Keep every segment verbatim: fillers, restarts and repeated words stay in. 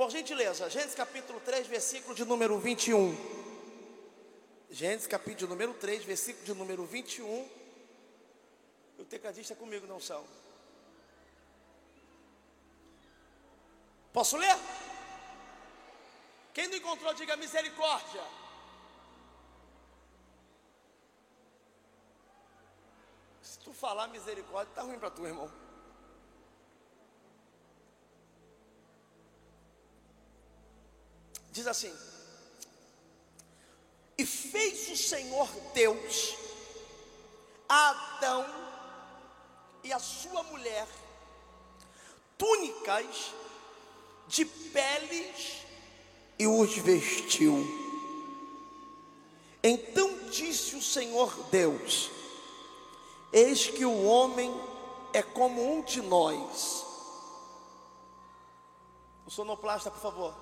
Por gentileza, Gênesis capítulo três, versículo de número vinte e um. Gênesis capítulo de número três, versículo de número vinte e um. O tecladista comigo não são. Posso ler? Quem não encontrou, diga misericórdia. Se tu falar misericórdia, tá ruim para tu, irmão. Diz assim: e fez o Senhor Deus a Adão e a sua mulher túnicas de peles e os vestiu. Então disse o Senhor Deus: eis que o homem é como um de nós. O sonoplasta, por favor.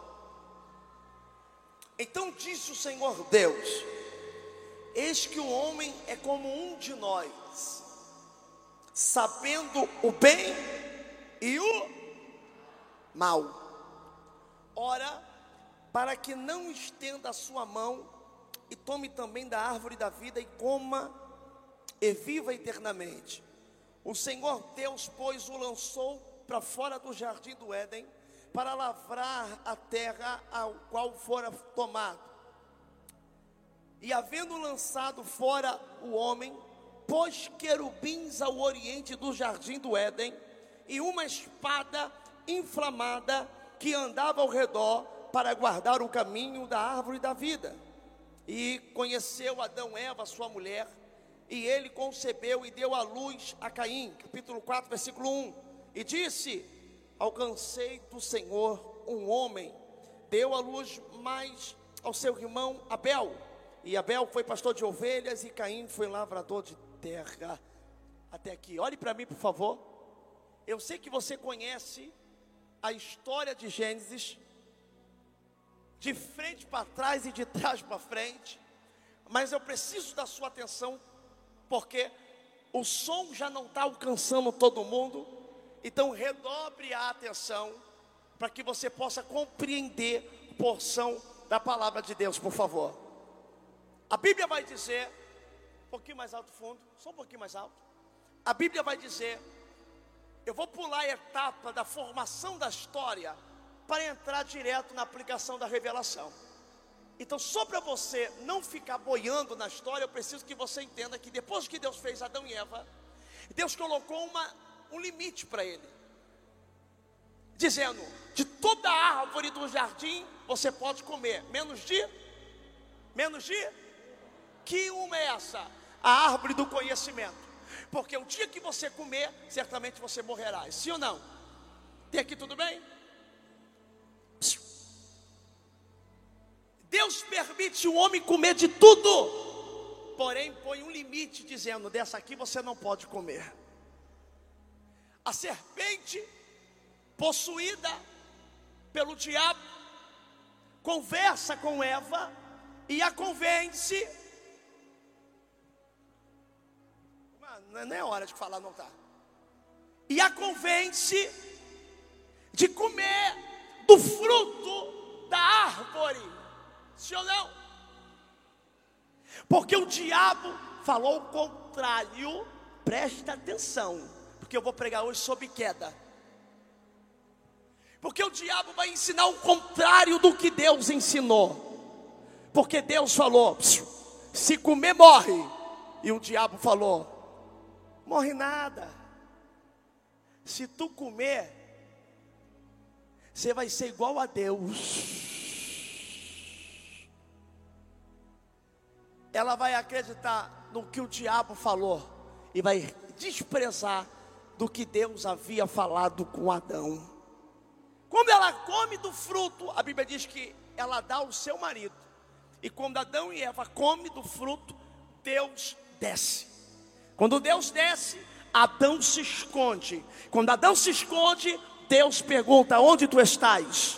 Então disse o Senhor Deus: eis que o homem é como um de nós, sabendo o bem e o mal. Ora, para que não estenda a sua mão e tome também da árvore da vida e coma e viva eternamente. O Senhor Deus, pois, o lançou para fora do jardim do Éden, para lavrar a terra ao qual fora tomado. E havendo lançado fora o homem, pôs querubins ao oriente do jardim do Éden, e uma espada inflamada que andava ao redor para guardar o caminho da árvore da vida. E conheceu Adão e Eva, sua mulher, e ele concebeu e deu à luz a Caim. Capítulo quatro, versículo um. E disse: alcancei do Senhor um homem. Deu à luz mais ao seu irmão Abel. E Abel foi pastor de ovelhas, e Caim foi lavrador de terra. Até aqui, olhe para mim, por favor. Eu sei que você conhece a história de Gênesis, de frente para trás e de trás para frente, mas eu preciso da sua atenção, porque o som já não está alcançando todo mundo. Então redobre a atenção, para que você possa compreender a porção da palavra de Deus, por favor. A Bíblia vai dizer, um pouquinho mais alto fundo, só um pouquinho mais alto. A Bíblia vai dizer, eu vou pular a etapa da formação da história, para entrar direto na aplicação da revelação. Então, só para você não ficar boiando na história, eu preciso que você entenda que depois que Deus fez Adão e Eva, Deus colocou uma, um limite para ele, dizendo: de toda árvore do jardim você pode comer, menos de, menos de, que uma é essa? A árvore do conhecimento, porque o dia que você comer, certamente você morrerá. Sim ou não? Tem aqui tudo bem? Deus permite o homem comer de tudo, porém põe um limite, dizendo: dessa aqui você não pode comer. A serpente, possuída pelo diabo, conversa com Eva e a convence. Não é hora de falar, não, tá? E a convence de comer do fruto da árvore. Sim ou não? Porque o diabo falou o contrário. Presta atenção, porque eu vou pregar hoje sobre queda. Porque o diabo vai ensinar o contrário do que Deus ensinou. Porque Deus falou: se comer morre. E o diabo falou: morre nada. Se tu comer, você vai ser igual a Deus. Ela vai acreditar no que o diabo falou e vai desprezar do que Deus havia falado com Adão. Quando ela come do fruto, a Bíblia diz que ela dá ao seu marido. E quando Adão e Eva comem do fruto, Deus desce. Quando Deus desce, Adão se esconde. Quando Adão se esconde, Deus pergunta: onde tu estás?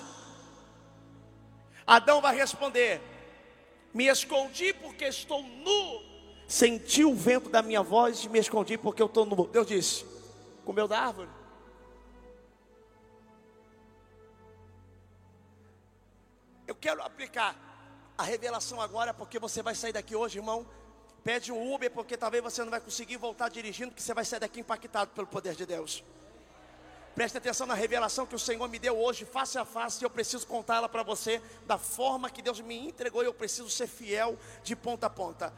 Adão vai responder: me escondi porque estou nu. Senti o vento da minha voz e me escondi porque eu estou nu. Deus disse: comeu da árvore? quero aplicar a revelação agora, porque você vai sair daqui hoje, irmão. Pede um Uber, porque talvez você não vai conseguir voltar dirigindo, porque você vai sair daqui impactado pelo poder de Deus. Preste atenção na revelação que o Senhor me deu hoje, face a face, e eu preciso contá-la para você, da forma que Deus me entregou, e eu preciso ser fiel de ponta a ponta.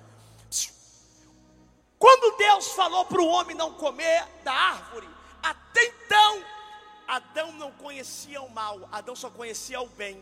Quando Deus falou para o homem não comer da árvore, até então, Adão não conhecia o mal, Adão só conhecia o bem.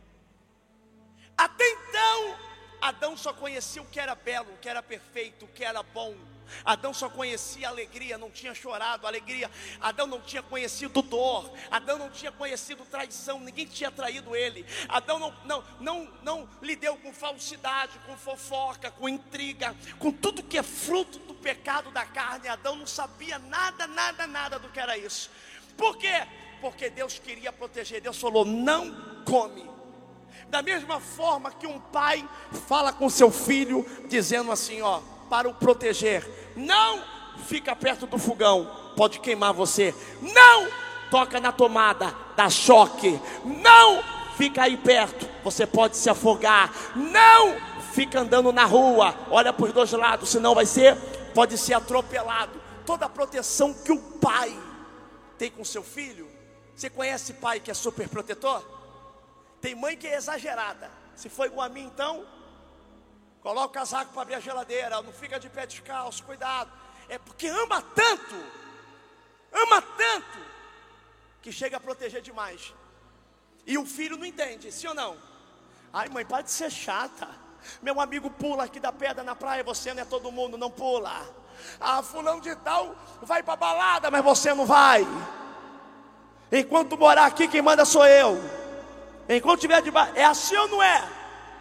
Até então, Adão só conhecia o que era belo, o que era perfeito, o que era bom. Adão só conhecia alegria, não tinha chorado, alegria. Adão não tinha conhecido dor. Adão não tinha conhecido traição, ninguém tinha traído ele. Adão não, não, não, não lidou com falsidade, com fofoca, com intriga, com tudo que é fruto do pecado da carne. Adão não sabia nada, nada, nada do que era isso. Por quê? Porque Deus queria proteger. Deus falou, não come. Da mesma forma que um pai fala com seu filho, dizendo assim, ó, para o proteger, não fica perto do fogão, pode queimar você. Não toca na tomada, dá choque. Não fica aí perto, você pode se afogar. Não fica andando na rua, olha para os dois lados, senão vai ser, pode ser atropelado. Toda a proteção que o pai tem com seu filho. Você conhece pai que é super protetor? Tem mãe que é exagerada. Se for igual a mim, então coloca o casaco para abrir a geladeira, não fica de pé descalço, cuidado. É porque ama tanto, ama tanto, que chega a proteger demais. E o filho não entende, sim ou não? Ai mãe, para de ser chata. Meu amigo pula aqui da pedra na praia, você não é todo mundo, não pula. Ah, fulano de tal vai para balada, mas você não vai. Enquanto morar aqui, quem manda sou eu. Enquanto tiver debaixo, é assim ou não é?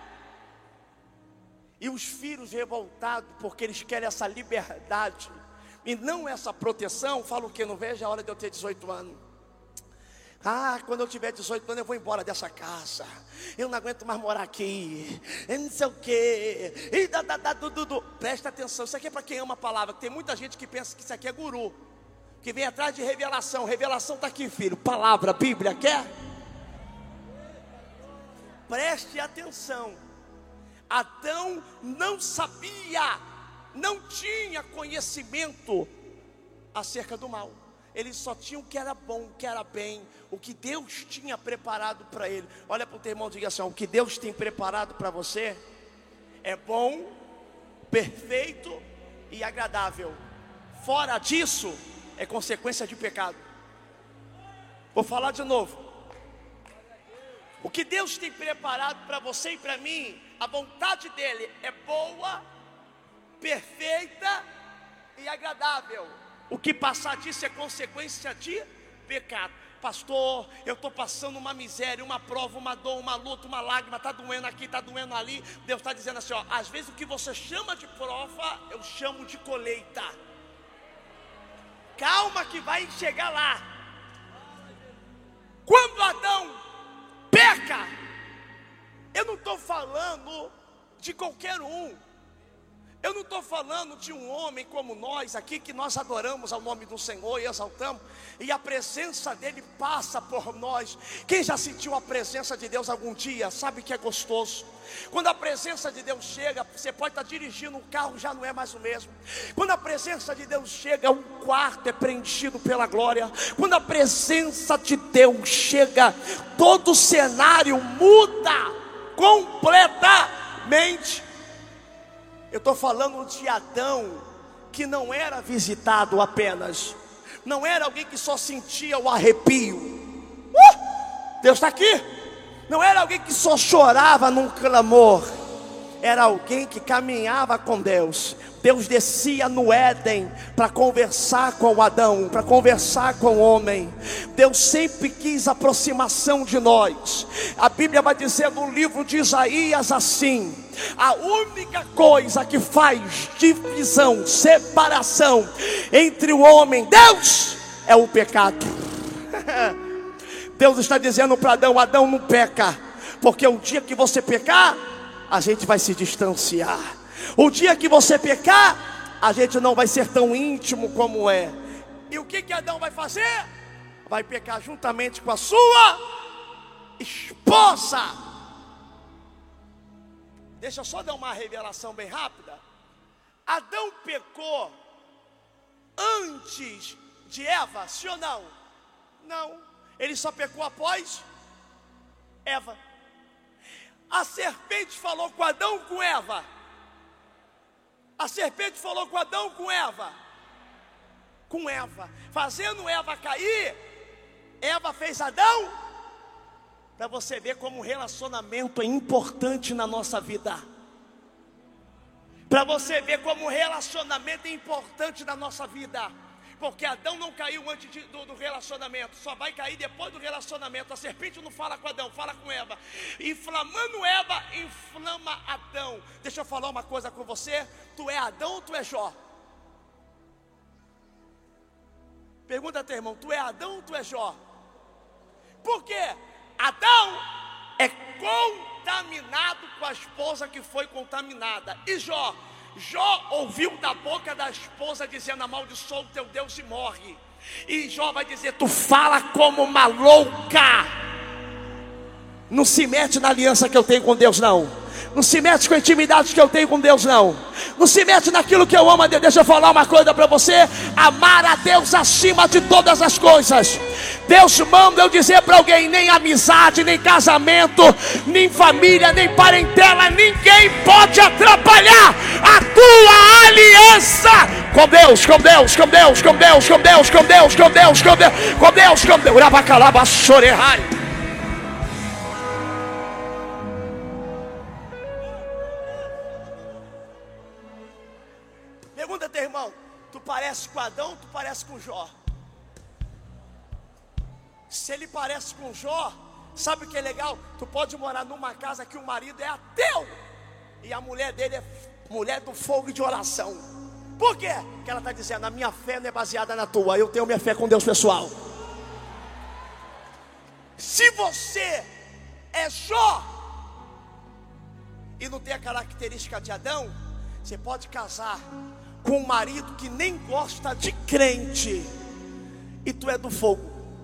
E os filhos revoltados, porque eles querem essa liberdade e não essa proteção, falam o que? Não vejo a hora de eu ter dezoito anos. Ah, quando eu tiver dezoito anos eu vou embora dessa casa. Eu não aguento mais morar aqui. Eu não sei o que. E da, da, da, du, du, du. Presta atenção, isso aqui é para quem ama a palavra. Tem muita gente que pensa que isso aqui é guru, que vem atrás de revelação. Revelação está aqui, filho. Palavra, Bíblia, quer? Preste atenção. Adão não sabia, não tinha conhecimento acerca do mal. Ele só tinha o que era bom, o que era bem, o que Deus tinha preparado para ele. Olha para o teu irmão e diga assim, o que Deus tem preparado para você é bom, perfeito e agradável. Fora disso, é consequência de pecado. Vou falar de novo. O que Deus tem preparado para você e para mim, a vontade dele é boa, perfeita e agradável. O que passar disso é consequência de pecado. Pastor, eu estou passando uma miséria, uma prova, uma dor, uma luta, uma lágrima, está doendo aqui, está doendo ali. Deus está dizendo assim, ó, às vezes o que você chama de prova, eu chamo de colheita. Calma que vai chegar lá. Quando Adão peca, eu não estou falando de qualquer um. Eu não estou falando de um homem como nós aqui, que nós adoramos ao nome do Senhor e exaltamos, e a presença dele passa por nós. Quem já sentiu a presença de Deus algum dia, sabe que é gostoso. Quando a presença de Deus chega, você pode estar dirigindo um carro, já não é mais o mesmo. Quando a presença de Deus chega, um quarto é preenchido pela glória. Quando a presença de Deus chega, todo o cenário muda completamente. Eu estou falando de Adão, que não era visitado apenas, não era alguém que só sentia o arrepio. uh, Deus está aqui. Não era alguém que só chorava num clamor, era alguém que caminhava com Deus. Deus descia no Éden para conversar com Adão, para conversar com o homem. Deus sempre quis aproximação de nós. A Bíblia vai dizer no livro de Isaías assim: a única coisa que faz divisão, separação entre o homem e Deus é o pecado. Deus está dizendo para Adão: Adão, não peca, porque o dia que você pecar, a gente vai se distanciar. O dia que você pecar, a gente não vai ser tão íntimo como é. E o que que Adão vai fazer? Vai pecar juntamente com a sua esposa. Deixa eu só dar uma revelação bem rápida. Adão pecou antes de Eva, sim ou não? Não, ele só pecou após Eva. A serpente falou com Adão ou com Eva? A serpente falou com Adão ou com Eva? Com Eva. Fazendo Eva cair, Eva fez Adão. Para você ver como o relacionamento é importante na nossa vida. Para você ver como o relacionamento é importante na nossa vida. Porque Adão não caiu antes de, do, do relacionamento, só vai cair depois do relacionamento. A serpente não fala com Adão, fala com Eva. Inflamando Eva, inflama Adão. Deixa eu falar uma coisa com você. Tu é Adão ou tu é Jó? Pergunta a teu irmão, tu é Adão ou tu é Jó? Por quê? Adão é contaminado com a esposa que foi contaminada. E Jó? Jó ouviu da boca da esposa dizendo: amaldiçoa o teu Deus e morre. E Jó vai dizer: tu fala como uma louca. Não se mete na aliança que eu tenho com Deus, não. Não se mete com a intimidade que eu tenho com Deus, não. Não se mete naquilo que eu amo a Deus. Deixa eu falar uma coisa para você: amar a Deus acima de todas as coisas. Deus manda eu dizer para alguém: nem amizade, nem casamento, nem família, nem parentela, ninguém pode atrapalhar a tua aliança com Deus, com Deus, com Deus, com Deus, com Deus, com Deus, com Deus, com Deus, com Deus, com Deus. Urabacalaba chorerrai. Pergunta teu irmão: tu parece com Adão ou tu parece com Jó? Se ele parece com Jó, sabe o que é legal? Tu pode morar numa casa que o marido é ateu e a mulher dele é mulher do fogo de oração. Por quê? Porque ela está dizendo: a minha fé não é baseada na tua, eu tenho minha fé com Deus pessoal. Se você é Jó e não tem a característica de Adão, você pode casar com um marido que nem gosta de crente e tu é do fogo.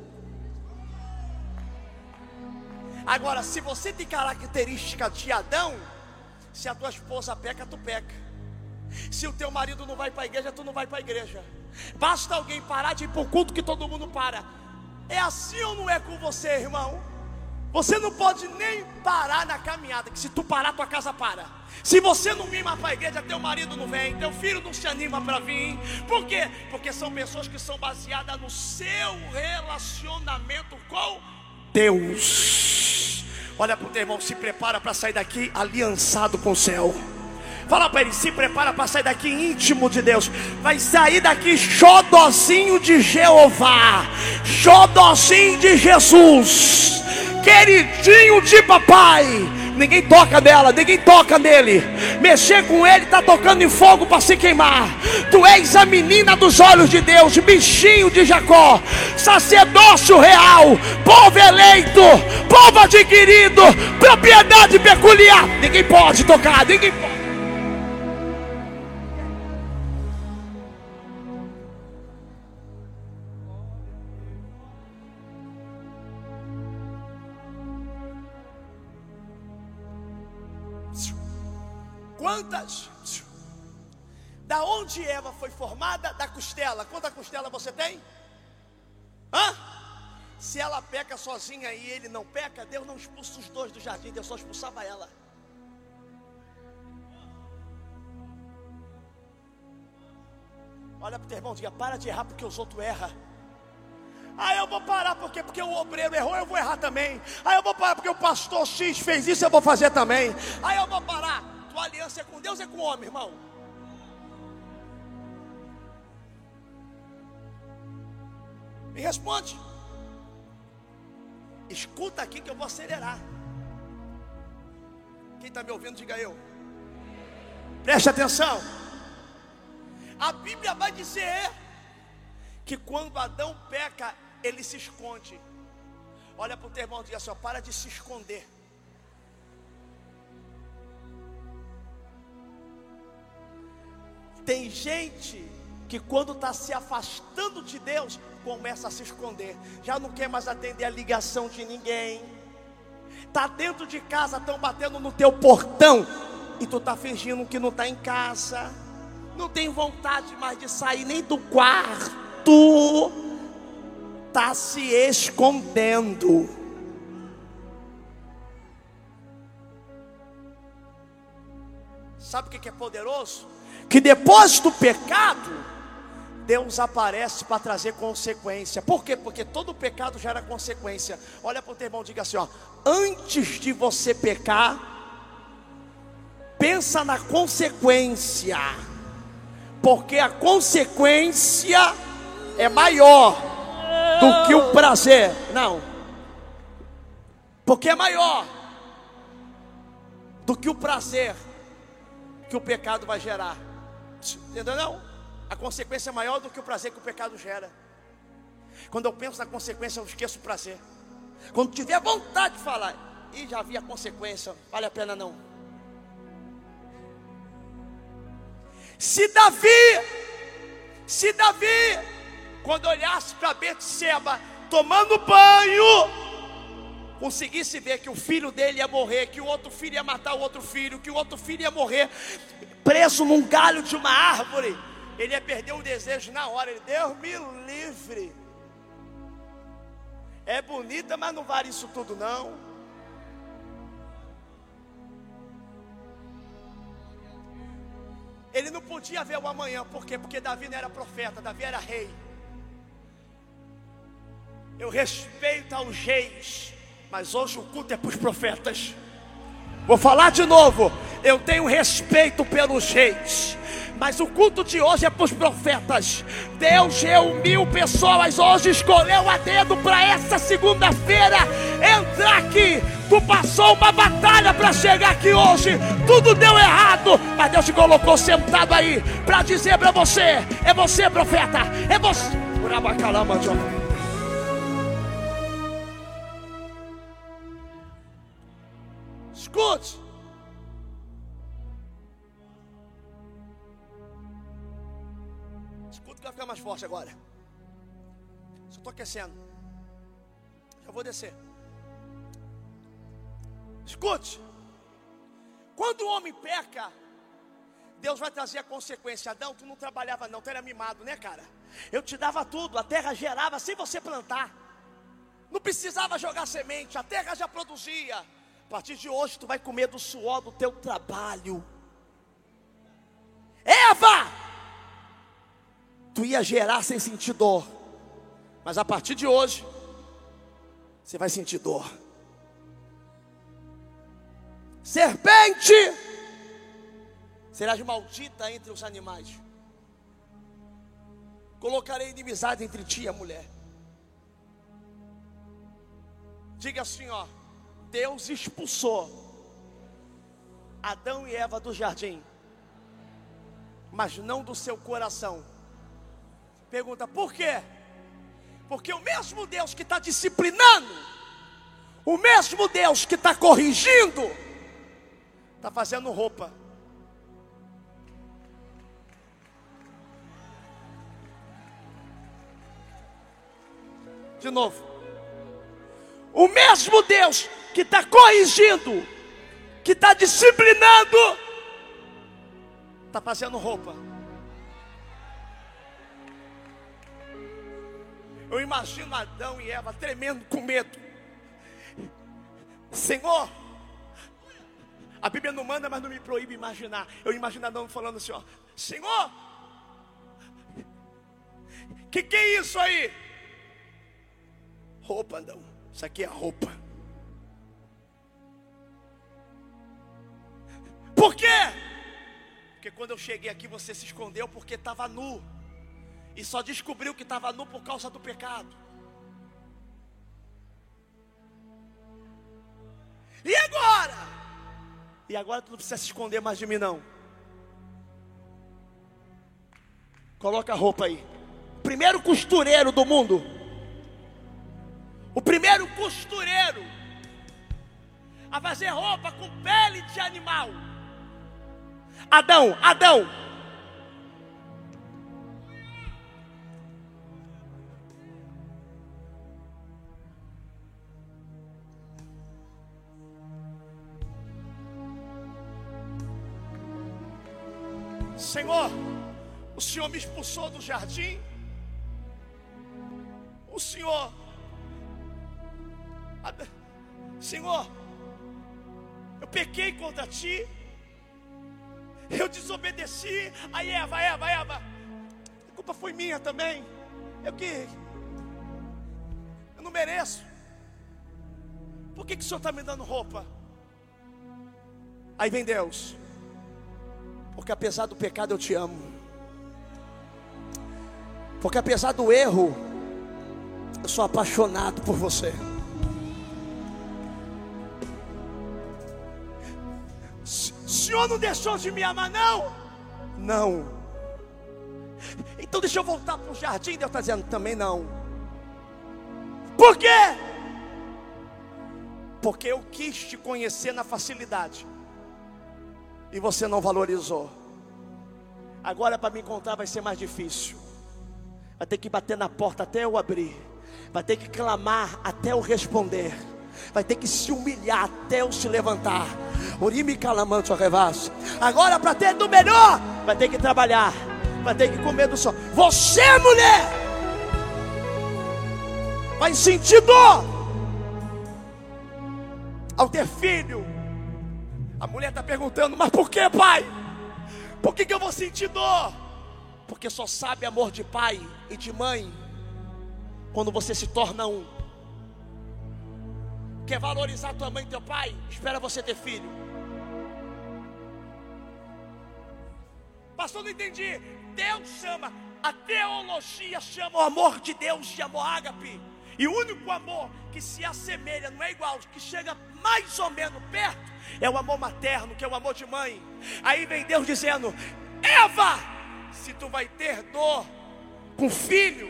Agora, se você tem característica de Adão, se a tua esposa peca, tu peca. Se o teu marido não vai para a igreja, tu não vai para a igreja. Basta alguém parar de ir para o culto que todo mundo para. É assim ou não é com você, irmão? Você não pode nem parar na caminhada, que se tu parar, tua casa para. Se você não vir mais para a igreja, teu marido não vem, teu filho não se anima para vir. Por quê? Porque são pessoas que são baseadas no seu relacionamento com Deus. Olha para o teu irmão: se prepara para sair daqui aliançado com o céu. Fala para ele: se prepara para sair daqui íntimo de Deus. Vai sair daqui xodozinho de Jeová, xodozinho de Jesus, queridinho de papai. Ninguém toca nela, ninguém toca nele. Mexer com ele está tocando em fogo para se queimar. Tu és a menina dos olhos de Deus, bichinho de Jacó, sacerdócio real, povo eleito, povo adquirido, propriedade peculiar. Ninguém pode tocar, ninguém pode. Quantas? Da onde Eva foi formada? Da costela. Quanta costela você tem? Hã? Se ela peca sozinha e ele não peca, Deus não expulsa os dois do jardim, Deus só expulsava ela. Olha para o teu irmão e diga: para de errar porque os outros erram. Ah, eu vou parar porque, porque o obreiro errou, eu vou errar também. Ah, eu vou parar porque o pastor X fez isso, eu vou fazer também. Ah, eu vou parar. Tua aliança é com Deus ou é com o homem, irmão? Me responde. Escuta aqui que eu vou acelerar. Quem está me ouvindo, diga eu. Preste atenção. A Bíblia vai dizer que quando Adão peca, ele se esconde. Olha para o teu irmão e diga assim: ó, para de se esconder. Tem gente que quando está se afastando de Deus, começa a se esconder. Já não quer mais atender a ligação de ninguém. Está dentro de casa, estão batendo no teu portão. e tu tá fingindo que não tá em casa, não tem vontade mais de sair nem do quarto, tá se escondendo. Sabe o que é poderoso? Que depois do pecado, Deus aparece para trazer consequência. Por quê? Porque todo pecado gera consequência. Olha para o teu irmão e diga assim, ó: antes de você pecar, pensa na consequência, porque a consequência é maior do que o prazer. Não, porque é maior do que o prazer que o pecado vai gerar. Entendeu não? A consequência é maior do que o prazer que o pecado gera. Quando eu penso na consequência, eu esqueço o prazer. Quando tiver vontade de falar, e já vi a consequência, vale a pena não. Se Davi, se Davi, quando olhasse para Betseba tomando banho, conseguisse ver que o filho dele ia morrer, que o outro filho ia matar o outro filho, que o outro filho ia morrer preso num galho de uma árvore, ele ia perder o desejo na hora. Ele: Deus me livre. É bonita, mas não vale isso tudo não. Ele não podia ver o amanhã. Por quê? Porque Davi não era profeta, Davi era rei. Eu respeito aos reis, mas hoje o culto é para os profetas. Vou falar de novo. Eu tenho respeito pelos reis, mas o culto de hoje é para os profetas. Deus reuniu pessoas hoje, escolheu a dedo para essa segunda-feira entrar aqui. Tu passou uma batalha para chegar aqui hoje. Tudo deu errado, mas Deus te colocou sentado aí para dizer para você: é você, profeta, é você. Escute. Escute que vai ficar mais forte agora. Só estou aquecendo. Já vou descer. Escute. Quando o homem peca, Deus vai trazer a consequência. Adão, tu não trabalhava não, tu era mimado, né, cara? Eu te dava tudo, a terra gerava sem você plantar. Não precisava jogar semente, a terra já produzia. A partir de hoje tu vai comer do suor do teu trabalho. Eva, tu ia gerar sem sentir dor, mas a partir de hoje você vai sentir dor. Serpente, serás maldita entre os animais. Colocarei inimizade entre ti e a mulher. Diga assim, ó: Deus expulsou Adão e Eva do jardim, mas não do seu coração. Pergunta: por quê? Porque o mesmo Deus que está disciplinando, o mesmo Deus que está corrigindo, está fazendo roupa. De novo. O mesmo Deus que está corrigindo, que está disciplinando, está fazendo roupa. Eu imagino Adão e Eva tremendo com medo. Senhor, a Bíblia não manda, mas não me proíbe imaginar. Eu imagino Adão falando assim, ó: Senhor, que que é isso aí? Roupa, Adão. Isso aqui é roupa. Por quê? Porque quando eu cheguei aqui você se escondeu porque estava nu. E só descobriu que estava nu por causa do pecado. E agora? E agora tu não precisa se esconder mais de mim não. Coloca a roupa aí. Primeiro costureiro do mundo. O primeiro costureiro a fazer roupa com pele de animal. Adão, Adão. Senhor, o Senhor me expulsou do jardim. O Senhor, Senhor, eu pequei contra Ti. Eu desobedeci. Aí Eva, Eva, Eva, a culpa foi minha também. Eu que eu não mereço. Por que que o Senhor está me dando roupa? Aí vem Deus. Porque apesar do pecado eu te amo. Porque apesar do erro, eu sou apaixonado por você. O Senhor não deixou de me amar, não? Não. Então deixa eu voltar para o jardim. Deus está dizendo, também não. Por quê? Porque eu quis te conhecer na facilidade e você não valorizou. Agora para me encontrar vai ser mais difícil. Vai ter que bater na porta até eu abrir. Vai ter que clamar até eu responder. Vai ter que se humilhar até eu se levantar. Urime calamante ao revasso. Agora para ter do melhor, vai ter que trabalhar. Vai ter que comer do sol. Você, mulher, vai sentir dor ao ter filho. A mulher está perguntando, mas por que, pai? Por que que eu vou sentir dor? Porque só sabe amor de pai e de mãe quando você se torna um. Quer valorizar tua mãe e teu pai? Espera você ter filho. Pastor, não entendi. Deus chama, a teologia chama o amor de Deus de amor ágape. E o único amor que se assemelha, não é igual, que chega mais ou menos perto, é o amor materno, que é o amor de mãe. Aí vem Deus dizendo, Eva, se tu vai ter dor com filho,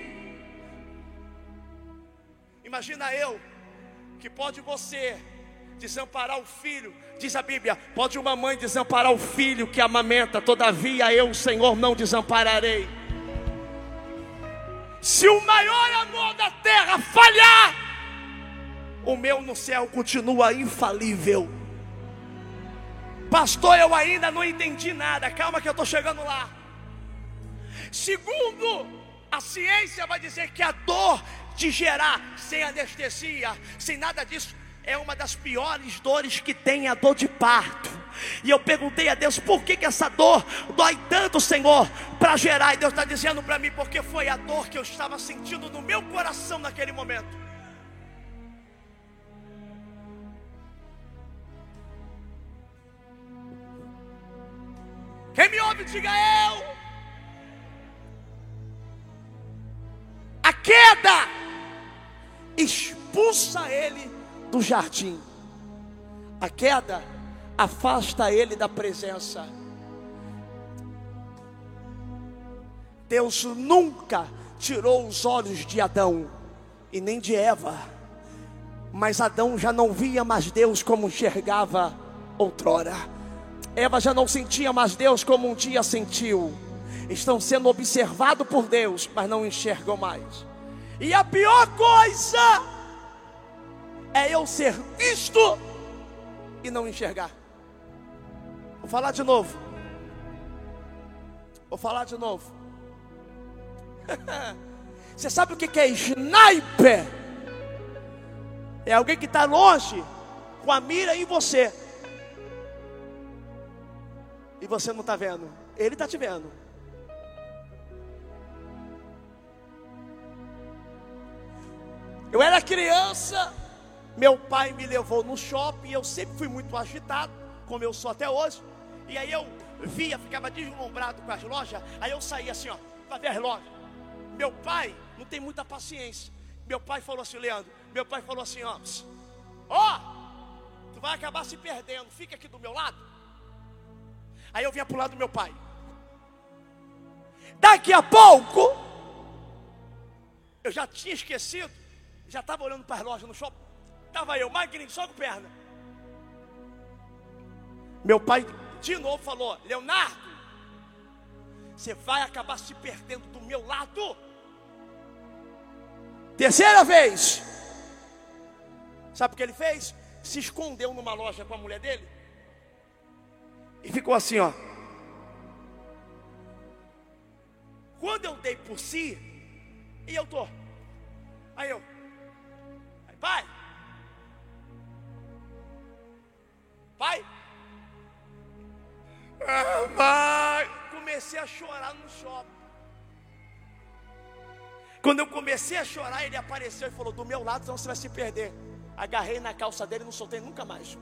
imagina eu, que pode você desamparar o filho. Diz a Bíblia, pode uma mãe desamparar o filho que amamenta, todavia eu, Senhor, não desampararei. Se o maior amor da terra falhar, o meu no céu continua infalível. Pastor, eu ainda não entendi nada. Calma que eu estou chegando lá. Segundo, a ciência vai dizer que a dor de gerar sem anestesia, sem nada disso, é uma das piores dores que tem, a dor de parto. E eu perguntei a Deus, por que que essa dor dói tanto, Senhor, para gerar? E Deus está dizendo para mim, porque foi a dor que eu estava sentindo no meu coração naquele momento. Quem me ouve, diga eu. A queda expulsa ele do jardim. A queda afasta ele da presença. Deus nunca tirou os olhos de Adão e nem de Eva, mas Adão já não via mais Deus como enxergava outrora. Eva já não sentia mais Deus como um dia sentiu. Estão sendo observados por Deus, mas não enxergam mais. E a pior coisa é eu ser visto e não enxergar. Vou falar de novo. Vou falar de novo. Você sabe o que é sniper? É alguém que está longe, com a mira em você, e você não está vendo. Ele está te vendo. Eu era criança, meu pai me levou no shopping. Eu sempre fui muito agitado, como eu sou até hoje. E aí eu via, ficava deslumbrado com as lojas. Aí eu saía assim, ó, para ver as lojas. Meu pai não tem muita paciência. Meu pai falou assim, Leandro, meu pai falou assim, ó, ó, tu vai acabar se perdendo, fica aqui do meu lado. Aí eu vinha pro lado do meu pai. Daqui a pouco, eu já tinha esquecido, já estava olhando para as lojas no shopping. Estava eu, magrinho, só com perna. Meu pai de novo falou, Leonardo, você vai acabar se perdendo do meu lado. Terceira vez. Sabe o que ele fez? Se escondeu numa loja com a mulher dele e ficou assim, ó. Quando eu dei por si, e eu tô, aí eu, aí, pai, pai, ah, pai, comecei a chorar no shopping. Quando eu comecei a chorar, ele apareceu e falou: do meu lado, senão você vai se perder. Agarrei na calça dele e não soltei nunca mais.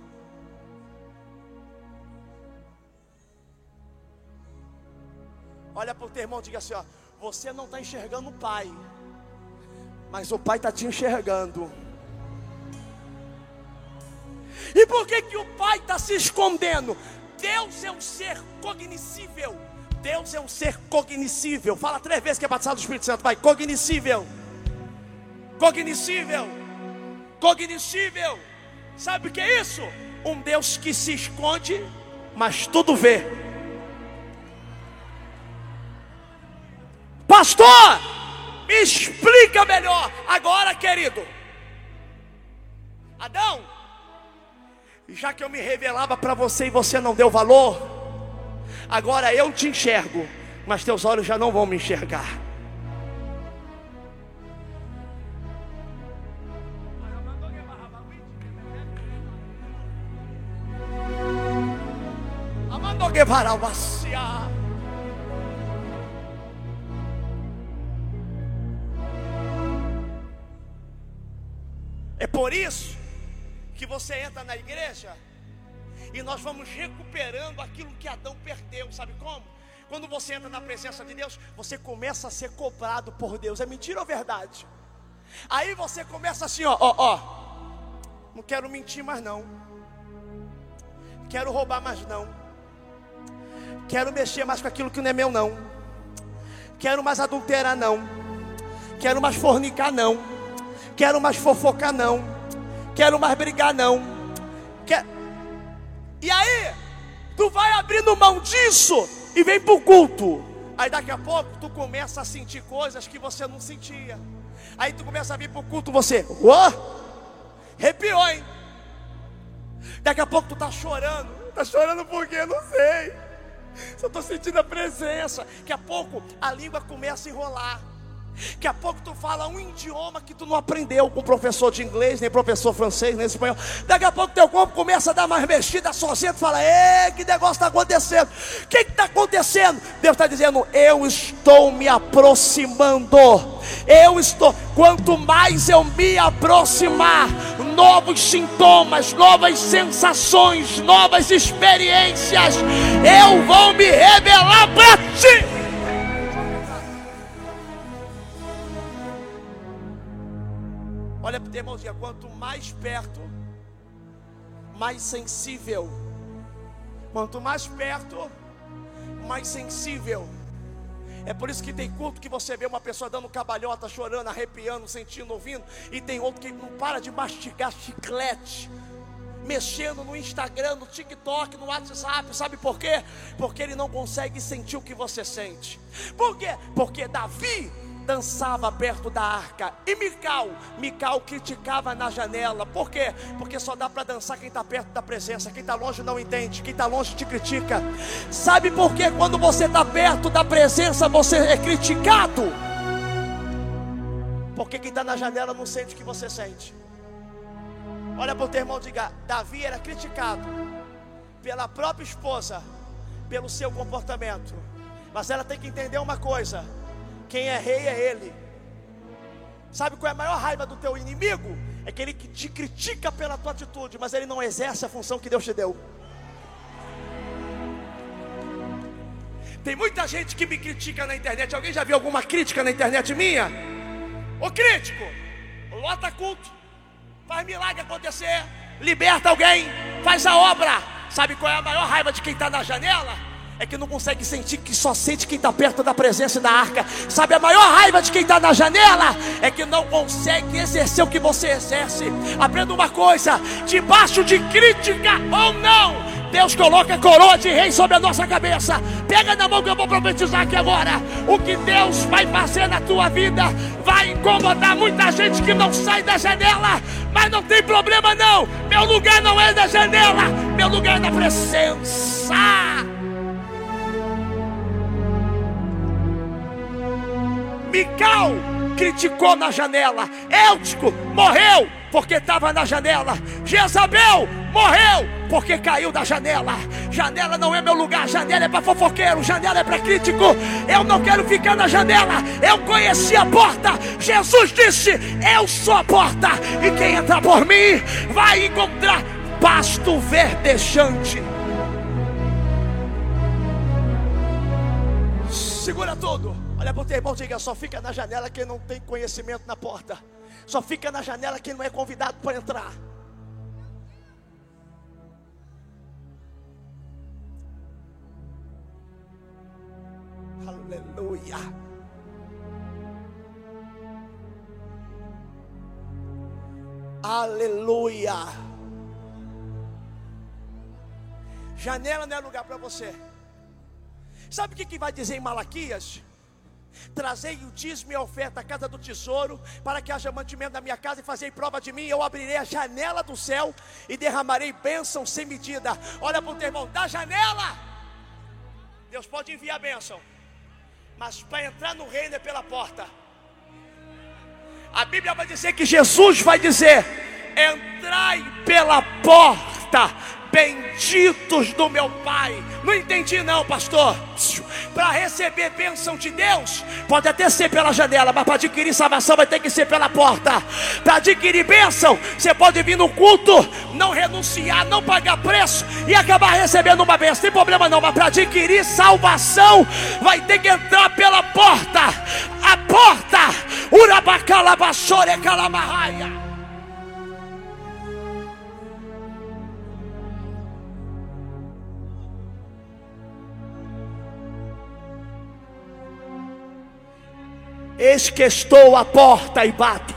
Olha para o teu irmão e diga assim: ó, você não está enxergando o pai, mas o pai está te enxergando. E por que que o pai está se escondendo? Deus é um ser cognoscível. Deus é um ser cognoscível. Fala três vezes que é batizado do Espírito Santo. Vai, cognoscível. Cognoscível. Cognoscível. Sabe o que é isso? Um Deus que se esconde, mas tudo vê. Pastor, me explica melhor. Agora, querido Adão, já que eu me revelava para você e você não deu valor, agora eu te enxergo, mas teus olhos já não vão me enxergar. É por isso que você entra na igreja e nós vamos recuperando aquilo que Adão perdeu. Sabe como? Quando você entra na presença de Deus, você começa a ser cobrado por Deus. É mentira ou verdade? Aí você começa assim, ó, ó, ó. Não quero mentir mais não. Quero roubar mais não. Quero mexer mais com aquilo que não é meu não. Quero mais adulterar não. Quero mais fornicar não. Quero mais fofocar não. Quero mais brigar não. Quer... E aí, tu vai abrindo mão disso e vem pro culto. Aí daqui a pouco tu começa a sentir coisas que você não sentia. Aí tu começa a vir pro culto, você, ó, arrepiou, hein? Daqui a pouco tu tá chorando. Tá chorando por quê? Não sei. Só tô sentindo a presença. Daqui a pouco a língua começa a enrolar. Daqui a pouco tu fala um idioma que tu não aprendeu com professor de inglês, nem professor francês, nem espanhol. Daqui a pouco teu corpo começa a dar mais mexida sozinho. Tu fala, ei, que negócio está acontecendo? O que está acontecendo? Deus está dizendo, eu estou me aproximando. Eu estou, quanto mais eu me aproximar, novos sintomas, novas sensações, novas experiências, eu vou me revelar para ti. Olha para o teu irmão e diga, quanto mais perto, mais sensível. Quanto mais perto, mais sensível. É por isso que tem culto que você vê uma pessoa dando cabalhota, chorando, arrepiando, sentindo, ouvindo. E tem outro que não para de mastigar chiclete, mexendo no Instagram, no TikTok, no WhatsApp. Sabe por quê? Porque ele não consegue sentir o que você sente. Por quê? Porque Davi dançava perto da arca. E Mical, Mical criticava na janela. Por quê? Porque só dá para dançar quem está perto da presença. Quem está longe não entende. Quem está longe te critica. Sabe por quê? Quando você está perto da presença, você é criticado. Porque quem está na janela não sente o que você sente. Olha para o teu irmão e diga, Davi era criticado pela própria esposa, pelo seu comportamento. Mas ela tem que entender uma coisa: quem é rei é ele. Sabe qual é a maior raiva do teu inimigo? É aquele que te critica pela tua atitude, mas ele não exerce a função que Deus te deu. Tem muita gente que me critica na internet. Alguém já viu alguma crítica na internet minha? Ô crítico, lota culto, faz milagre acontecer, liberta alguém, faz a obra. Sabe qual é a maior raiva de quem está na janela? É que não consegue sentir, que só sente quem está perto da presença e da arca. Sabe a maior raiva de quem está na janela? É que não consegue exercer o que você exerce. Aprenda uma coisa: debaixo de crítica ou não, Deus coloca a coroa de rei sobre a nossa cabeça. Pega na mão que eu vou profetizar aqui agora. O que Deus vai fazer na tua vida vai incomodar muita gente que não sai da janela. Mas não tem problema não. Meu lugar não é na janela, meu lugar é na presença. Mical criticou na janela. Eutico morreu porque estava na janela. Jezabel morreu porque caiu da janela. Janela não é meu lugar, janela é para fofoqueiro, janela é para crítico. Eu não quero ficar na janela. Eu conheci a porta. Jesus disse: eu sou a porta, e quem entrar por mim vai encontrar pasto verdejante. Segura tudo. Olha para o teu irmão e diga: só fica na janela quem não tem conhecimento na porta. Só fica na janela quem não é convidado para entrar. Aleluia. Aleluia. Janela não é lugar para você. Sabe o que, que vai dizer em Malaquias? Trazei o dízimo e a oferta à casa do tesouro, para que haja mantimento na minha casa, e fazei prova de mim. Eu abrirei a janela do céu e derramarei bênção sem medida. Olha para o teu irmão: da janela Deus pode enviar bênção, mas para entrar no reino é pela porta. A Bíblia vai dizer que Jesus vai dizer: entrai pela porta, benditos do meu Pai. Não entendi não, pastor. Para receber bênção de Deus, pode até ser pela janela, mas para adquirir salvação vai ter que ser pela porta. Para adquirir bênção, você pode vir no culto, não renunciar, não pagar preço e acabar recebendo uma bênção, tem problema não. Mas para adquirir salvação, vai ter que entrar pela porta. A porta, urabacalabassore calamarraia. Eis que estou à porta e bato.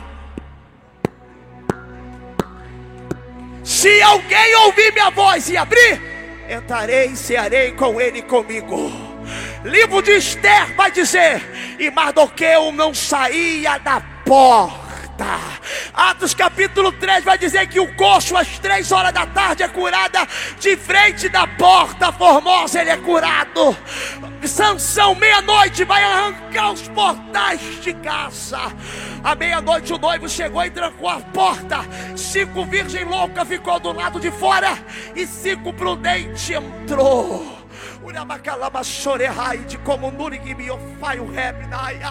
Se alguém ouvir minha voz e abrir, entrarei e cearei com ele e comigo. Livro de Esther vai dizer: e Mardoqueu não saía da porta. Atos capítulo três vai dizer que o coxo às três horas da tarde é curada de frente da porta formosa, ele é curado. Sansão, meia-noite, vai arrancar os portais de casa. À meia-noite o noivo chegou e trancou a porta. Cinco virgem louca ficou do lado de fora e cinco prudente entrou. Urabacalaba chorerrai de como nurig me ofai o rap daia.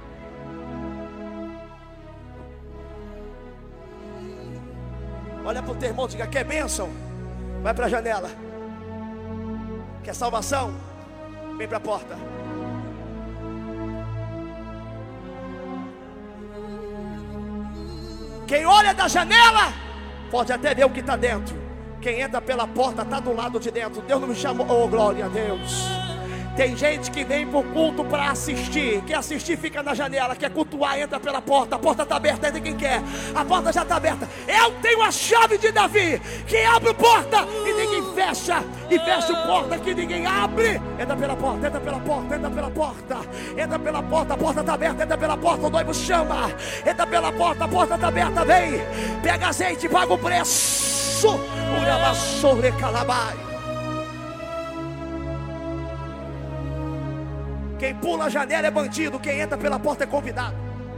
Olha para o teu irmão e diga: quer bênção? Vai para a janela. Quer salvação? Vem para a porta. Quem olha da janela pode até ver o que está dentro. Quem entra pela porta está do lado de dentro. Deus não me chamou. Oh, glória a Deus. Tem gente que vem para o culto para assistir. Quer assistir, fica na janela. Quer cultuar, entra pela porta. A porta está aberta, entra quem quer. A porta já está aberta. Eu tenho a chave de Davi, que abre a porta e ninguém fecha. E fecha a porta que ninguém abre. Entra pela porta, entra pela porta, entra pela porta. Entra pela porta, a porta está aberta. Entra pela porta, o noivo chama. Entra pela porta, a porta está aberta. Vem, pega azeite, paga o preço. Urava sobre calabai. Quem pula a janela é bandido, quem entra pela porta é convidado.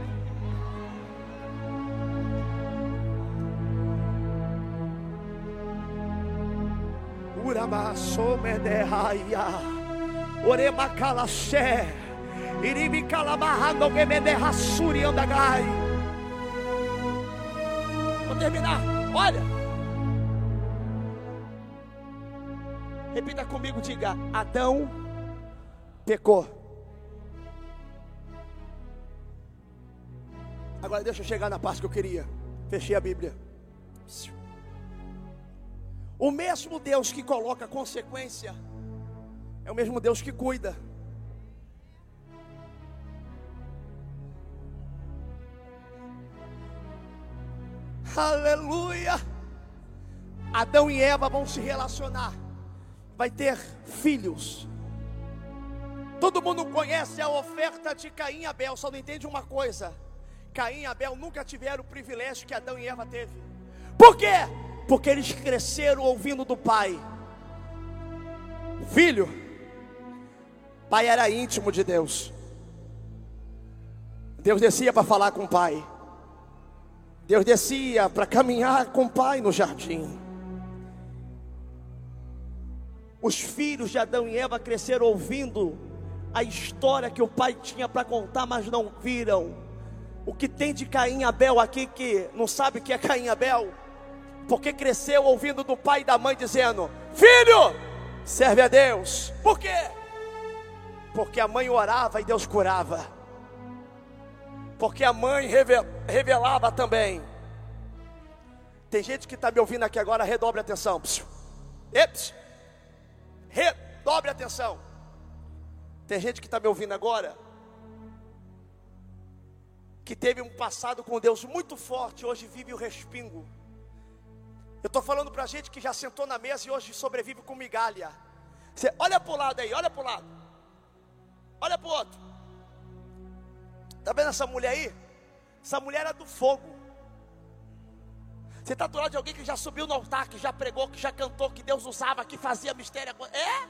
Uramassomederraia, Orebacalaxé, Iribicalamarrando Gemederrassuri andagai. Vou terminar, olha. Repita comigo, diga: Adão pecou. Agora deixa eu chegar na parte que eu queria. Fechei a Bíblia. O mesmo Deus que coloca consequência é o mesmo Deus que cuida. Aleluia. Adão e Eva vão se relacionar. Vai ter filhos. Todo mundo conhece a oferta de Caim e Abel. Só não entende uma coisa: Caim e Abel nunca tiveram o privilégio que Adão e Eva teve. Por quê? Porque eles cresceram ouvindo do pai. Filho, pai era íntimo de Deus. Deus descia para falar com o pai. Deus descia para caminhar com o pai no jardim. Os filhos de Adão e Eva cresceram ouvindo a história que o pai tinha para contar, mas não viram. O que tem de Caim e Abel aqui que não sabe o que é Caim e Abel? Porque cresceu ouvindo do pai e da mãe dizendo: filho, serve a Deus. Por quê? Porque a mãe orava e Deus curava. Porque a mãe revelava também. Tem gente que está me ouvindo aqui agora, redobre a atenção. Eps. Redobre a atenção. Tem gente que está me ouvindo agora, que teve um passado com Deus muito forte, hoje vive o respingo. Eu estou falando para gente que já sentou na mesa e hoje sobrevive com migalha. Você olha para o lado aí, olha para o lado. Olha para o outro. Está vendo essa mulher aí? Essa mulher é do fogo. Você está do lado de alguém que já subiu no altar, que já pregou, que já cantou, que Deus usava, que fazia mistério. É?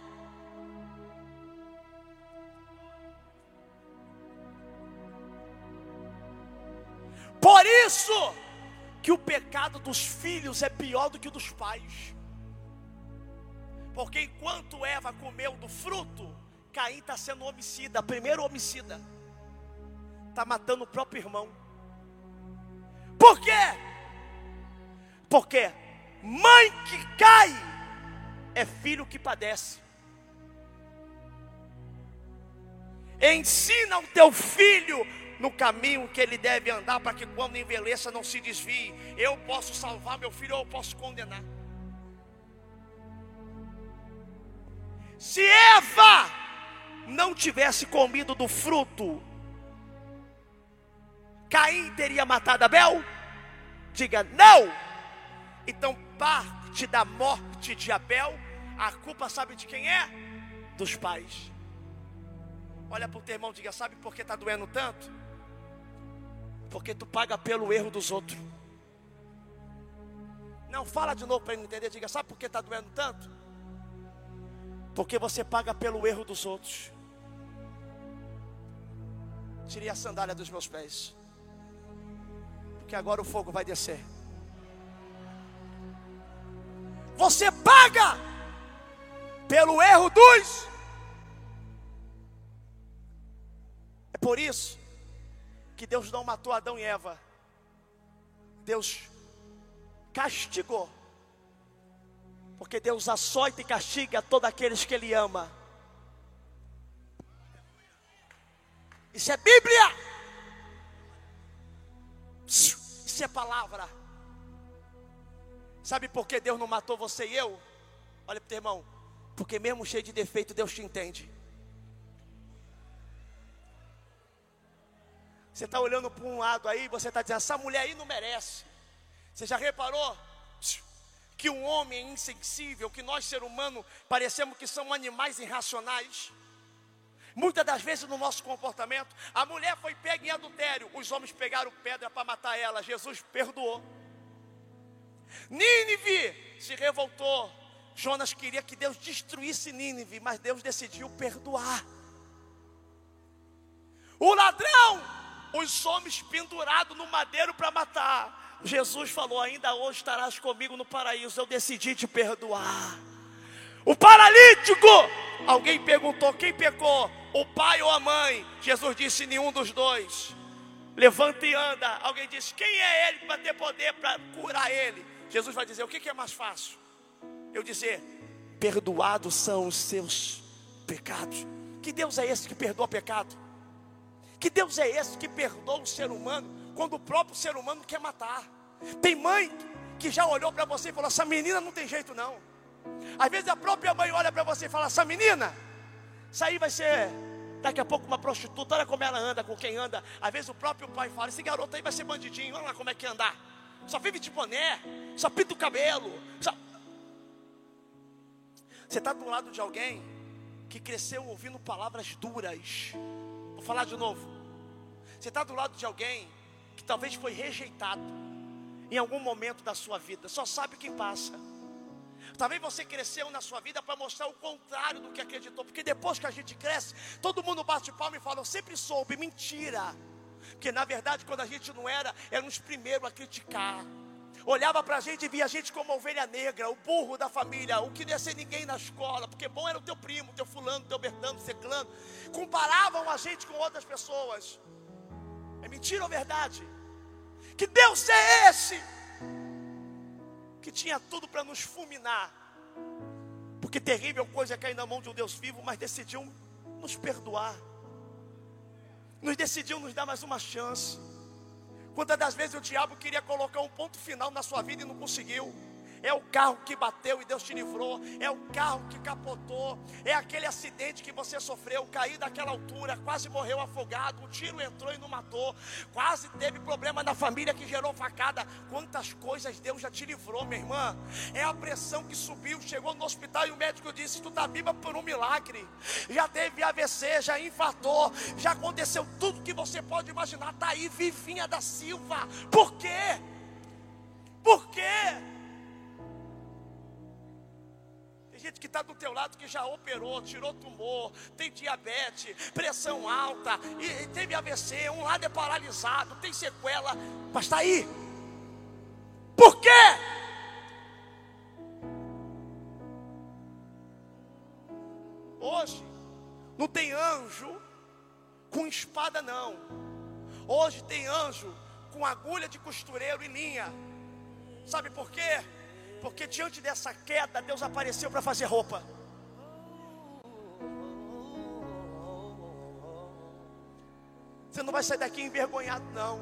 Por isso que o pecado dos filhos é pior do que o dos pais. Porque enquanto Eva comeu do fruto, Caim está sendo homicida, primeiro homicida. Está matando o próprio irmão. Por quê? Porque mãe que cai é filho que padece. Ensina o teu filho no caminho que ele deve andar, para que quando envelheça não se desvie. Eu posso salvar meu filho ou eu posso condenar. Se Eva não tivesse comido do fruto, Caim teria matado Abel? Diga não. Então parte da morte de Abel, a culpa sabe de quem é? Dos pais. Olha para o teu irmão e diga: sabe por que está doendo tanto? Porque tu paga pelo erro dos outros. Não, fala de novo para ele entender. Diga: sabe por que está doendo tanto? Porque você paga pelo erro dos outros. Tirei a sandália dos meus pés, porque agora o fogo vai descer. Você paga pelo erro dos. É por isso que Deus não matou Adão e Eva. Deus castigou. Porque Deus açoita e castiga todos aqueles que Ele ama. Isso é Bíblia. Isso é palavra. Sabe por que Deus não matou você e eu? Olha para o teu irmão. Porque mesmo cheio de defeito, Deus te entende. Você está olhando para um lado aí, você está dizendo: essa mulher aí não merece. Você já reparou que um homem é insensível, que nós, ser humano, parecemos que somos animais irracionais? Muitas das vezes no nosso comportamento, a mulher foi pega em adultério, os homens pegaram pedra para matar ela, Jesus perdoou. Nínive se revoltou, Jonas queria que Deus destruísse Nínive, mas Deus decidiu perdoar. O ladrão, os homens pendurados no madeiro para matar, Jesus falou: ainda hoje estarás comigo no paraíso. Eu decidi te perdoar. O paralítico, alguém perguntou: quem pecou, o pai ou a mãe? Jesus disse: nenhum dos dois. Levanta e anda. Alguém disse: quem é ele para ter poder para curar ele? Jesus vai dizer: o que é mais fácil? Eu dizer: perdoados são os seus pecados. Que Deus é esse que perdoa pecado? Que Deus é esse que perdoa o ser humano quando o próprio ser humano quer matar? Tem mãe que já olhou para você e falou: essa menina não tem jeito não. Às vezes a própria mãe olha para você e fala: essa menina, isso aí vai ser daqui a pouco uma prostituta. Olha como ela anda, com quem anda. Às vezes o próprio pai fala: esse garoto aí vai ser bandidinho. Olha lá como é que andar. Só vive de boné, só pinta o cabelo, só... Você está do lado de alguém que cresceu ouvindo palavras duras. Vou falar de novo. Você está do lado de alguém que talvez foi rejeitado em algum momento da sua vida. Só sabe quem passa. Talvez você cresceu na sua vida para mostrar o contrário do que acreditou. Porque depois que a gente cresce, todo mundo bate palma e fala: eu sempre soube. Mentira. Porque na verdade, quando a gente não era, éramos os primeiros a criticar. Olhava para a gente e via a gente como a ovelha negra, o burro da família, o que não ia ser ninguém na escola, porque bom era o teu primo, o teu fulano, o teu Bertano, o ciclano. Comparavam a gente com outras pessoas. É mentira ou verdade? Que Deus é esse que tinha tudo para nos fulminar? Porque terrível coisa é cair na mão de um Deus vivo, mas decidiu nos perdoar, nos decidiu nos dar mais uma chance. Quantas das vezes o diabo queria colocar um ponto final na sua vida e não conseguiu? É o carro que bateu e Deus te livrou. É o carro que capotou. É aquele acidente que você sofreu, cair daquela altura, quase morreu afogado, um tiro entrou e não matou. Quase teve problema na família que gerou facada. Quantas coisas Deus já te livrou, minha irmã. É a pressão que subiu, chegou no hospital e o médico disse: tu está viva por um milagre. Já teve A V C, já infartou, já aconteceu tudo que você pode imaginar. Está aí, Vivinha da Silva. Por quê? Por quê? Gente que está do teu lado, que já operou, tirou tumor, tem diabetes, pressão alta, e, e teve A V C, um lado é paralisado, tem sequela, mas está aí. Por quê? Hoje não tem anjo com espada não. Hoje tem anjo com agulha de costureiro e linha. Sabe por quê? Porque diante dessa queda, Deus apareceu para fazer roupa. Você não vai sair daqui envergonhado, não.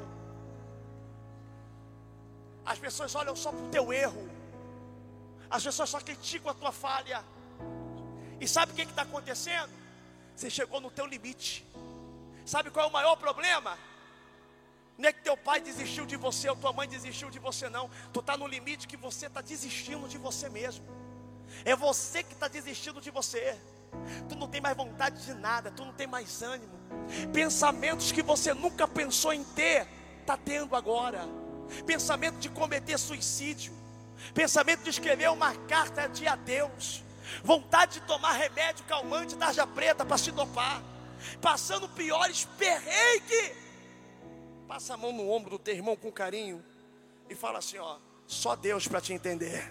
As pessoas olham só para o teu erro. As pessoas só criticam a tua falha. E sabe o que está acontecendo? Você chegou no teu limite. Sabe qual é o maior problema? Não é que teu pai desistiu de você ou tua mãe desistiu de você, não. Tu está no limite que você está desistindo de você mesmo. É você que está desistindo de você. Tu não tem mais vontade de nada, tu não tem mais ânimo. Pensamentos que você nunca pensou em ter, está tendo agora. Pensamento de cometer suicídio. Pensamento de escrever uma carta de adeus. Vontade de tomar remédio calmante, tarja preta para se dopar. Passando piores perrengues. Passa a mão no ombro do teu irmão com carinho e fala assim, ó: só Deus para te entender.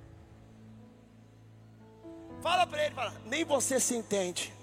Fala para ele, fala: nem você se entende.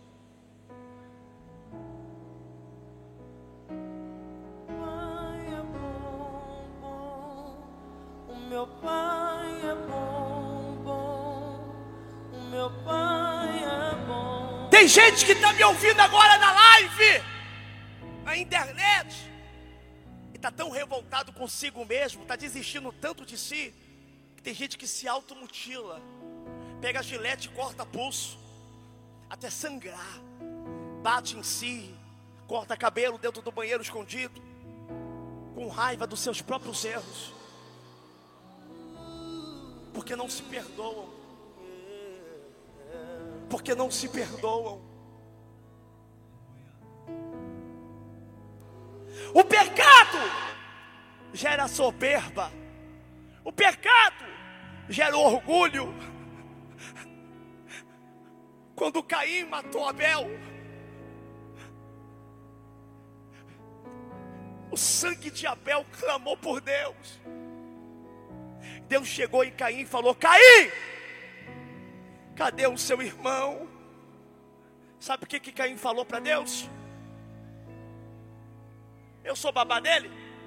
Pai é bom, bom. O meu pai é bom, bom. O meu pai é bom. Tem gente que está me ouvindo agora na live, na internet, está tão revoltado consigo mesmo, está desistindo tanto de si, que tem gente que se automutila, pega a gilete e corta pulso, até sangrar, bate em si, corta cabelo dentro do banheiro escondido, com raiva dos seus próprios erros, porque não se perdoam, porque não se perdoam. O pecado gera soberba. O pecado gera orgulho. Quando Caim matou Abel, o sangue de Abel clamou por Deus. Deus chegou em Caim e falou: Caim, cadê o seu irmão? Sabe o que, que Caim falou para Deus? Eu sou babá dele?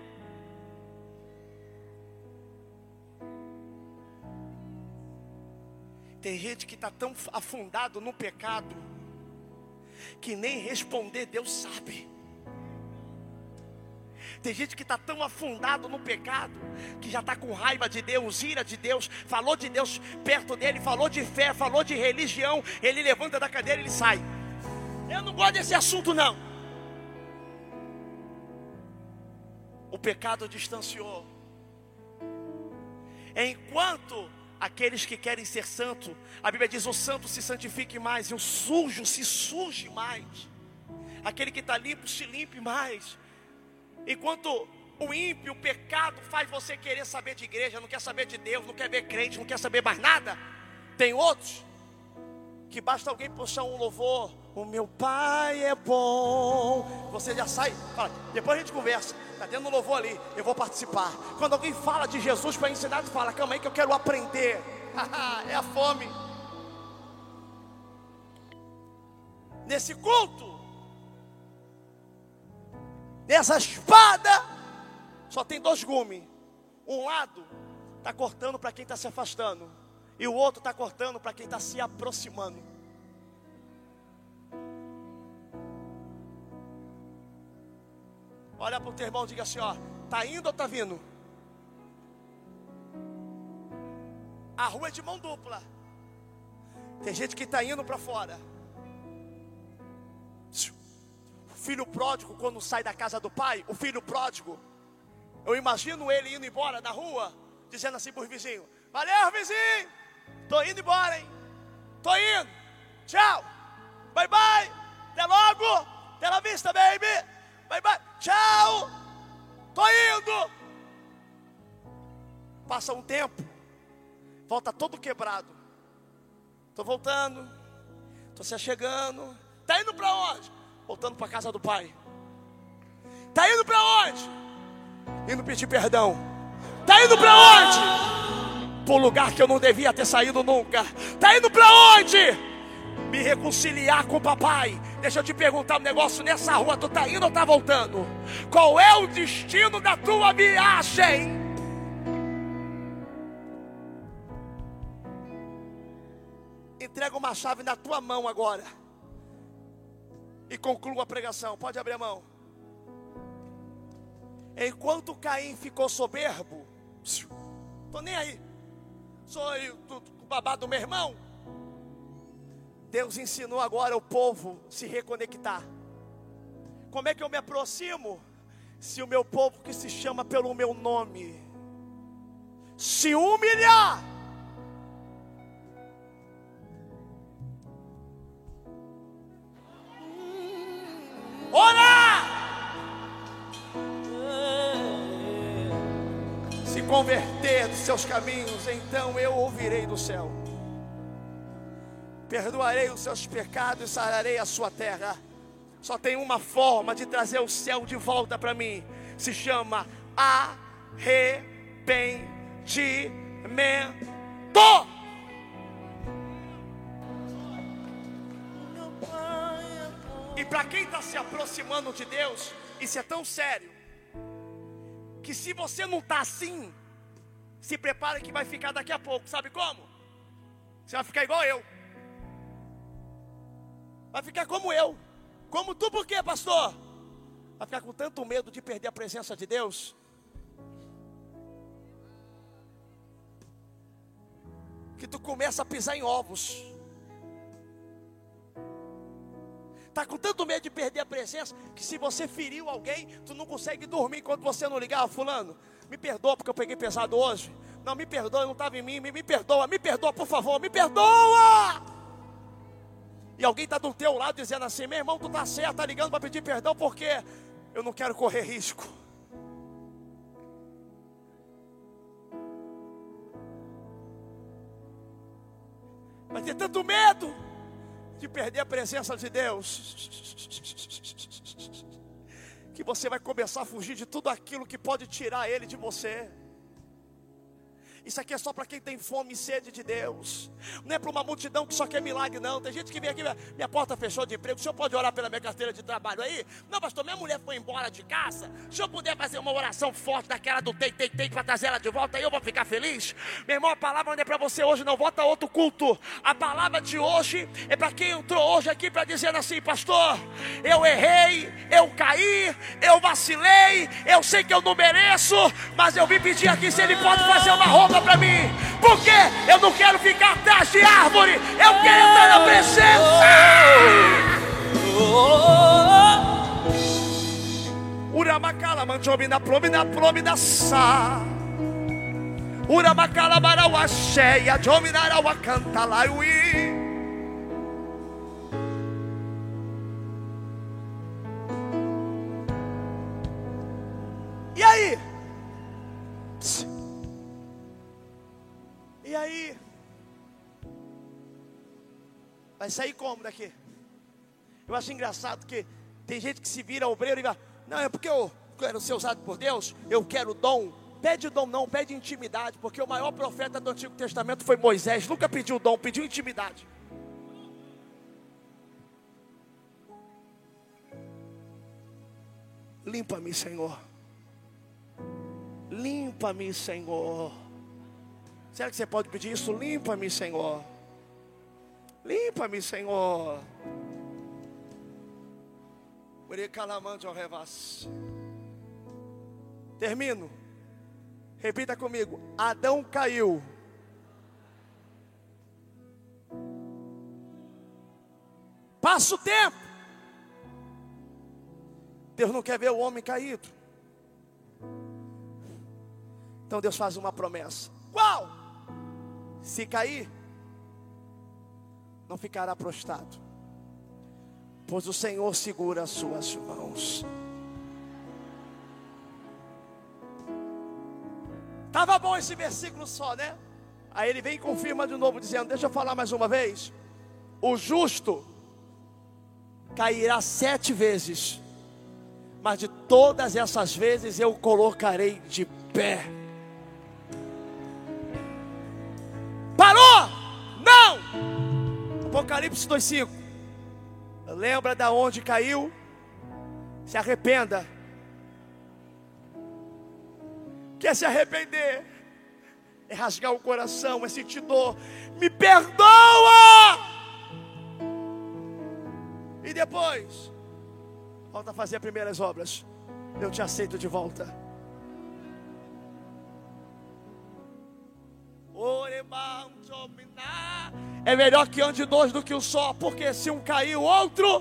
Tem gente que está tão afundado no pecado que nem responder Deus sabe. Tem gente que está tão afundado no pecado que já está com raiva de Deus, ira de Deus. Falou de Deus perto dele, falou de fé, falou de religião. Ele levanta da cadeira e ele sai. Eu não gosto desse assunto não. O pecado distanciou. Enquanto aqueles que querem ser santos, a Bíblia diz: o santo se santifique mais, e o sujo se suje mais. Aquele que está limpo se limpe mais. Enquanto o ímpio, o pecado faz você querer saber de igreja, não quer saber de Deus, não quer ver crente, não quer saber mais nada. Tem outros que basta alguém puxar um louvor, o meu pai é bom, você já sai, fala, depois a gente conversa, está tendo um louvor ali, eu vou participar. Quando alguém fala de Jesus para ensinar, tu fala, calma aí que eu quero aprender. É a fome. Nesse culto, nessa espada, só tem dois gumes. Um lado está cortando para quem está se afastando, e o outro está cortando para quem está se aproximando. Olha para o teu irmão e diga assim, ó, tá indo ou tá vindo? A rua é de mão dupla. Tem gente que está indo para fora. O filho pródigo, quando sai da casa do pai, o filho pródigo, eu imagino ele indo embora na rua, dizendo assim para os vizinhos, valeu vizinho, tô indo embora, hein? Tô indo, tchau, bye bye, até logo, até la vista baby, bye bye, tchau, tô indo. Passa um tempo, volta todo quebrado. Tô voltando, tô se achegando. Tá indo para onde? Voltando para casa do pai. Tá indo para onde? Indo pedir perdão. Tá indo para onde? Para um lugar que eu não devia ter saído nunca. Tá indo para onde? Me reconciliar com o papai. Deixa eu te perguntar um negócio. Nessa rua tu tá indo ou tá voltando? Qual é o destino da tua viagem? Entrega uma chave na tua mão agora e conclua a pregação. Pode abrir a mão. Enquanto Caim ficou soberbo, tô nem aí, sou o babado do meu irmão. Deus ensinou agora o povo se reconectar. Como é que eu me aproximo? Se o meu povo, que se chama pelo meu nome, se humilhar, orar, se converter dos seus caminhos, então eu ouvirei do céu, perdoarei os seus pecados e sararei a sua terra. Só tem uma forma de trazer o céu de volta para mim, se chama arrependimento. E para quem está se aproximando de Deus, isso é tão sério, que se você não está assim, se prepare que vai ficar daqui a pouco. Sabe como? Você vai ficar igual eu. Vai ficar como eu. Como tu, por quê, pastor? Vai ficar com tanto medo de perder a presença de Deus, que tu começa a pisar em ovos. Está com tanto medo de perder a presença, que se você feriu alguém, tu não consegue dormir enquanto você não ligar. Fulano, me perdoa porque eu peguei pesado hoje. Não, me perdoa, não estava em mim, me, me perdoa, me perdoa por favor, me perdoa. E alguém está do teu lado dizendo assim, meu irmão, tu está certo, está ligando para pedir perdão, porque eu não quero correr risco. Vai ter tanto medo de perder a presença de Deus, que você vai começar a fugir de tudo aquilo que pode tirar Ele de você. Isso aqui é só para quem tem fome e sede de Deus. Não é para uma multidão que só quer milagre, não. Tem gente que vem aqui, minha porta fechou de emprego, o senhor pode orar pela minha carteira de trabalho aí? Não, pastor, minha mulher foi embora de casa. Se o senhor puder fazer uma oração forte daquela do tem, tem, tem, para trazer ela de volta, aí eu vou ficar feliz. Meu irmão, a palavra não é para você hoje, não. Volta a outro culto. A palavra de hoje é para quem entrou hoje aqui para dizer assim, pastor, eu errei, eu caí, eu vacilei, eu sei que eu não mereço, mas eu vim pedir aqui se ele pode fazer uma roupa para mim, porque eu não quero ficar atrás de árvore, eu quero entrar na presença. Uramacala manjomina plomina plomina sa. Uramacala marauacheia jominara wakantalaiui. E aí? E aí? Vai sair como daqui? Eu acho engraçado que tem gente que se vira obreiro e vai, não, é porque eu quero ser usado por Deus, eu quero dom. Pede dom não, pede intimidade, porque o maior profeta do Antigo Testamento foi Moisés, nunca pediu dom, pediu intimidade. Limpa-me, Senhor. Limpa-me, Senhor. Será que você pode pedir isso? Limpa-me, Senhor. Limpa-me, Senhor. Termino. Repita comigo. Adão caiu. Passa o tempo. Deus não quer ver o homem caído. Então Deus faz uma promessa. Qual? Se cair, não ficará prostrado, pois o Senhor segura as suas mãos. Estava bom esse versículo só, né? Aí ele vem e confirma de novo, dizendo, deixa eu falar mais uma vez. O justo cairá sete vezes, mas de todas essas vezes eu o colocarei de pé. Parou? Não! Apocalipse dois, cinco. Lembra da onde caiu? Se arrependa. Quer se arrepender? É rasgar o coração, é sentir dor. Me perdoa! E depois, volta a fazer as primeiras obras. Eu te aceito de volta. É melhor que ande dois do que um só, porque se um cair, o outro.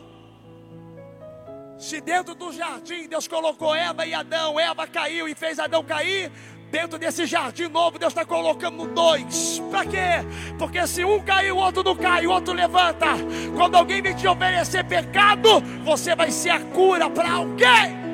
Se dentro do jardim Deus colocou Eva e Adão, Eva caiu e fez Adão cair, dentro desse jardim novo Deus está colocando dois. Para quê? Porque se um cair, o outro não cai, o outro levanta. Quando alguém vem te oferecer pecado, você vai ser a cura para alguém.